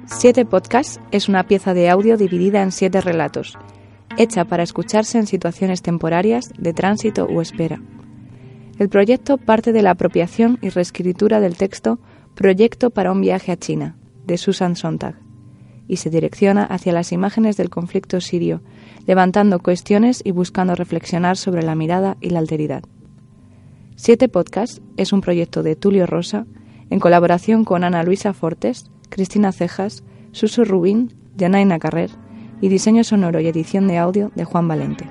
7 Podcasts es una pieza de audio dividida en 7 relatos, hecha para escucharse en situaciones temporarias de tránsito o espera. El proyecto parte de la apropiación y reescritura del texto Proyecto para un viaje a China, de Susan Sontag, y se direcciona hacia las imágenes del conflicto sirio, levantando cuestiones y buscando reflexionar sobre la mirada y la alteridad. 7 Podcasts es un proyecto de Tulio Rosa, en colaboración con Ana Luisa Fortes, Cristina Cejas, Suso Rubín, Janaina Carrer y diseño sonoro y edición de audio de Juan Valente.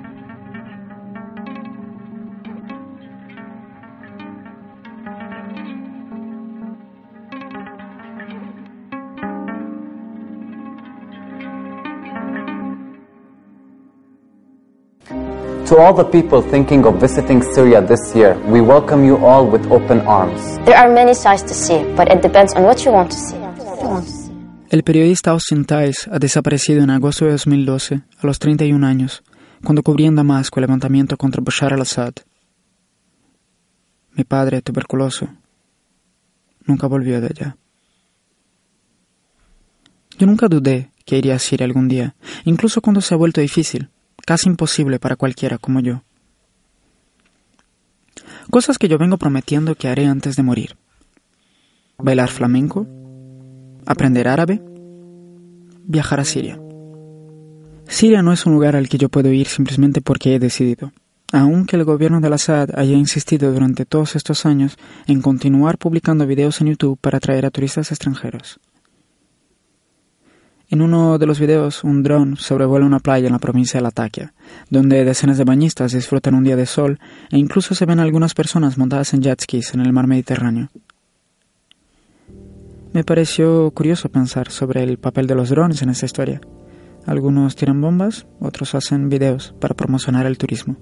To all the people thinking of visiting Syria this year, we welcome you all with open arms. There are many sights to see, but it depends on what you want to see. El periodista Austin Tice ha desaparecido en agosto de 2012, a los 31 años, cuando cubría en Damasco el levantamiento contra Bashar al-Assad. Mi padre, tuberculoso, nunca volvió de allá. Yo nunca dudé que iría a Siria algún día, incluso cuando se ha vuelto difícil, casi imposible para cualquiera como yo. Cosas que yo vengo prometiendo que haré antes de morir. Bailar flamenco, aprender árabe, viajar a Siria. Siria no es un lugar al que yo puedo ir simplemente porque he decidido, aunque el gobierno de al-Assad haya insistido durante todos estos años en continuar publicando videos en YouTube para atraer a turistas extranjeros. En uno de los videos, un dron sobrevuela una playa en la provincia de Latakia, donde decenas de bañistas disfrutan un día de sol e incluso se ven algunas personas montadas en jet skis en el mar Mediterráneo. Me pareció curioso pensar sobre el papel de los drones en esta historia. Algunos tiran bombas, otros hacen videos para promocionar el turismo.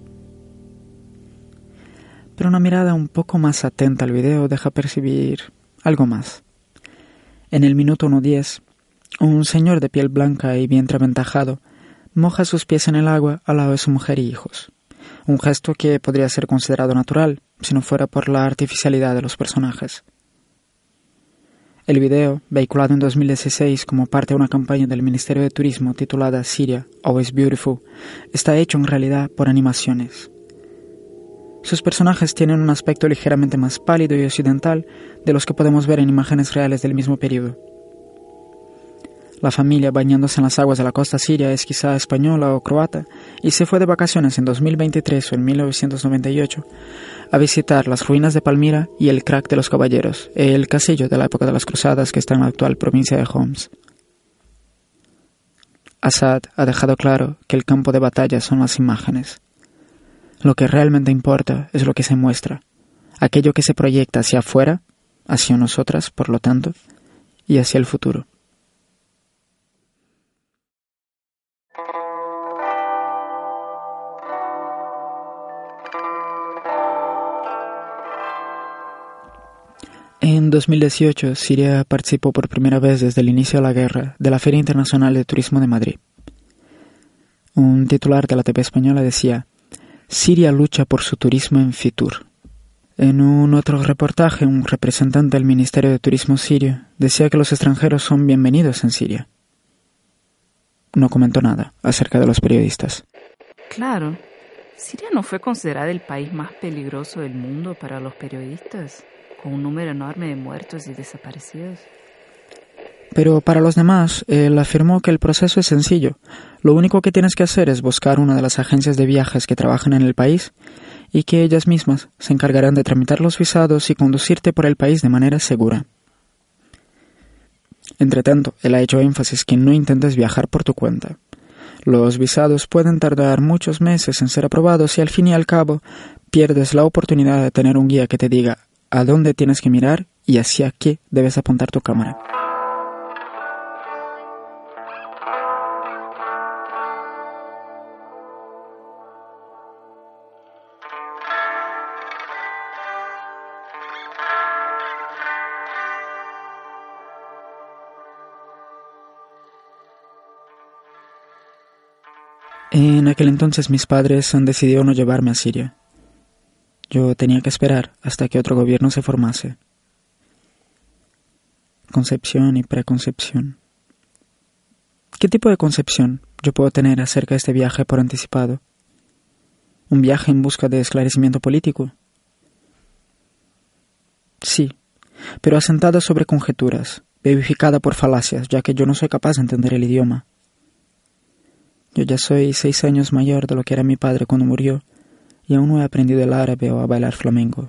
Pero una mirada un poco más atenta al video deja percibir algo más. En el minuto 1:10, un señor de piel blanca y vientre aventajado moja sus pies en el agua al lado de su mujer y hijos. Un gesto que podría ser considerado natural si no fuera por la artificialidad de los personajes. El video, vehiculado en 2016 como parte de una campaña del Ministerio de Turismo titulada Syria, Always Beautiful, está hecho en realidad por animaciones. Sus personajes tienen un aspecto ligeramente más pálido y occidental de los que podemos ver en imágenes reales del mismo periodo. La familia bañándose en las aguas de la costa siria es quizá española o croata y se fue de vacaciones en 2023 o en 1998 a visitar las ruinas de Palmira y el Crac de los Caballeros, el castillo de la época de las cruzadas que está en la actual provincia de Homs. Assad ha dejado claro que el campo de batalla son las imágenes. Lo que realmente importa es lo que se muestra, aquello que se proyecta hacia afuera, hacia nosotras, por lo tanto, y hacia el futuro. En 2018, Siria participó por primera vez desde el inicio de la guerra de la Feria Internacional de Turismo de Madrid. Un titular de la TV española decía: Siria lucha por su turismo en Fitur. En un otro reportaje, un representante del Ministerio de Turismo sirio decía que los extranjeros son bienvenidos en Siria. No comentó nada acerca de los periodistas. Claro, Siria no fue considerada el país más peligroso del mundo para los periodistas, con un número enorme de muertos y desaparecidos. Pero para los demás, él afirmó que el proceso es sencillo. Lo único que tienes que hacer es buscar una de las agencias de viajes que trabajan en el país y que ellas mismas se encargarán de tramitar los visados y conducirte por el país de manera segura. Entretanto, él ha hecho énfasis que no intentes viajar por tu cuenta. Los visados pueden tardar muchos meses en ser aprobados y al fin y al cabo pierdes la oportunidad de tener un guía que te diga a dónde tienes que mirar y hacia qué debes apuntar tu cámara. En aquel entonces mis padres han decidido no llevarme a Siria. Yo tenía que esperar hasta que otro gobierno se formase. Concepción y preconcepción. ¿Qué tipo de concepción yo puedo tener acerca de este viaje por anticipado? ¿Un viaje en busca de esclarecimiento político? Sí, pero asentada sobre conjeturas, verificada por falacias, ya que yo no soy capaz de entender el idioma. Yo ya soy 6 años mayor de lo que era mi padre cuando murió, y aún no he aprendido el árabe o a bailar flamenco.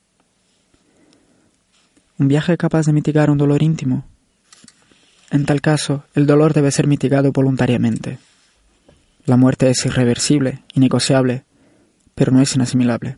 ¿Un viaje capaz de mitigar un dolor íntimo? En tal caso, el dolor debe ser mitigado voluntariamente. La muerte es irreversible, innegociable, pero no es inasimilable.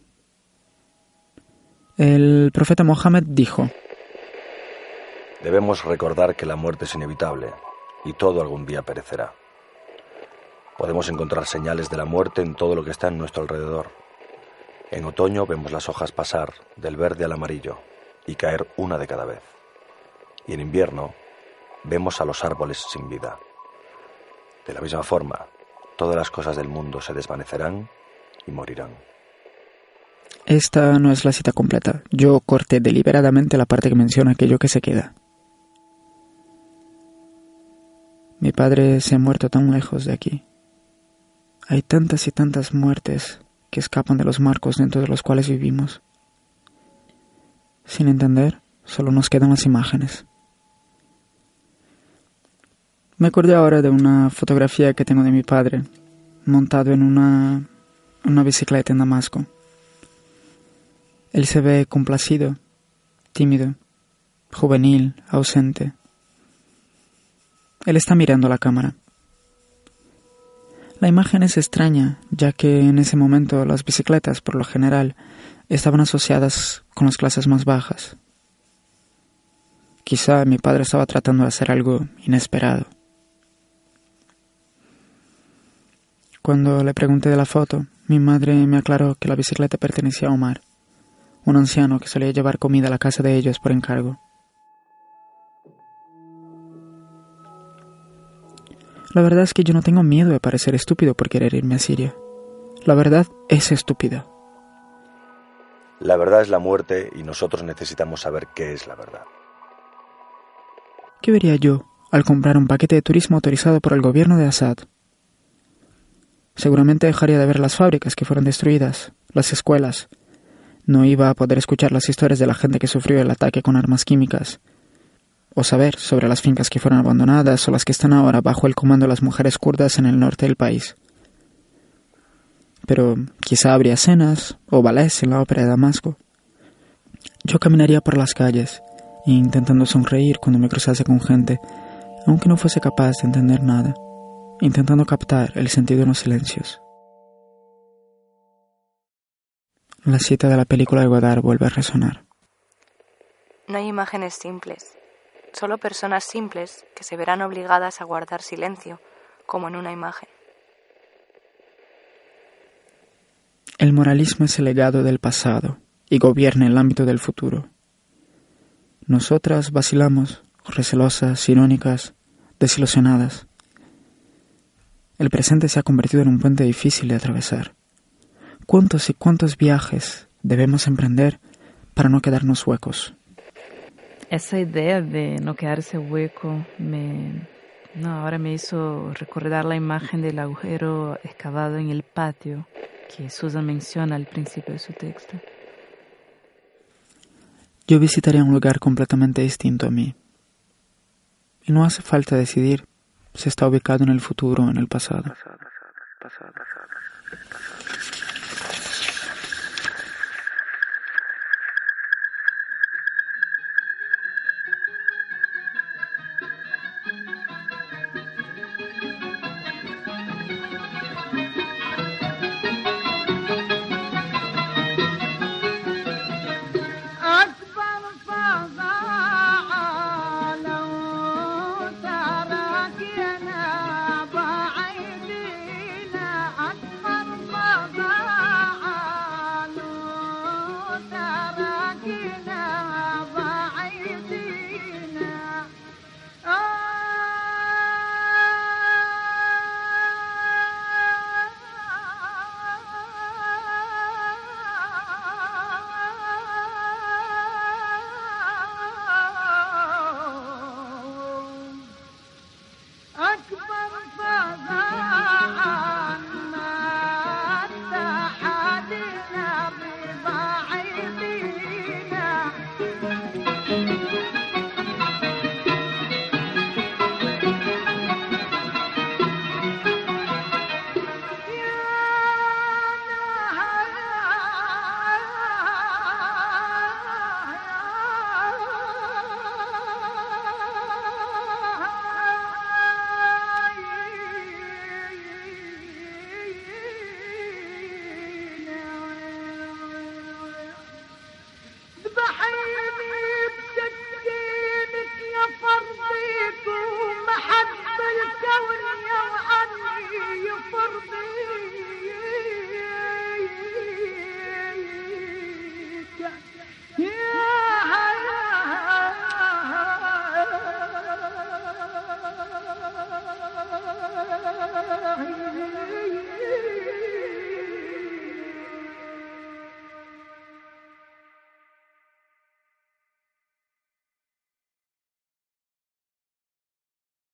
El profeta Mohammed dijo: debemos recordar que la muerte es inevitable y todo algún día perecerá. Podemos encontrar señales de la muerte en todo lo que está en nuestro alrededor. En otoño vemos las hojas pasar del verde al amarillo y caer una de cada vez. Y en invierno vemos a los árboles sin vida. De la misma forma, todas las cosas del mundo se desvanecerán y morirán. Esta no es la cita completa. Yo corté deliberadamente la parte que menciona aquello que se queda. Mi padre se ha muerto tan lejos de aquí. Hay tantas y tantas muertes que escapan de los marcos dentro de los cuales vivimos. Sin entender, solo nos quedan las imágenes. Me acordé ahora de una fotografía que tengo de mi padre, montado en una bicicleta en Damasco. Él se ve complacido, tímido, juvenil, ausente. Él está mirando la cámara. La imagen es extraña, ya que en ese momento las bicicletas, por lo general, estaban asociadas con las clases más bajas. Quizá mi padre estaba tratando de hacer algo inesperado. Cuando le pregunté de la foto, mi madre me aclaró que la bicicleta pertenecía a Omar, un anciano que solía llevar comida a la casa de ellos por encargo. La verdad es que yo no tengo miedo de parecer estúpido por querer irme a Siria. La verdad es estúpida. La verdad es la muerte y nosotros necesitamos saber qué es la verdad. ¿Qué vería yo al comprar un paquete de turismo autorizado por el gobierno de Assad? Seguramente dejaría de ver las fábricas que fueron destruidas, las escuelas. No iba a poder escuchar las historias de la gente que sufrió el ataque con armas químicas, o saber sobre las fincas que fueron abandonadas o las que están ahora bajo el comando de las mujeres kurdas en el norte del país. Pero quizá habría cenas o ballets en la ópera de Damasco. Yo caminaría por las calles, intentando sonreír cuando me cruzase con gente, aunque no fuese capaz de entender nada, intentando captar el sentido en los silencios. La cita de la película de Godard vuelve a resonar. No hay imágenes simples, solo personas simples que se verán obligadas a guardar silencio, como en una imagen. El moralismo es el legado del pasado y gobierna el ámbito del futuro. Nosotras vacilamos, recelosas, irónicas, desilusionadas. El presente se ha convertido en un puente difícil de atravesar. ¿Cuántos y cuántos viajes debemos emprender para no quedarnos huecos? Esa idea de no quedarse hueco ahora me hizo recordar la imagen del agujero excavado en el patio que Susan menciona al principio de su texto. Yo visitaría un lugar completamente distinto a mí. Y no hace falta decidir si está ubicado en el futuro o en el pasado.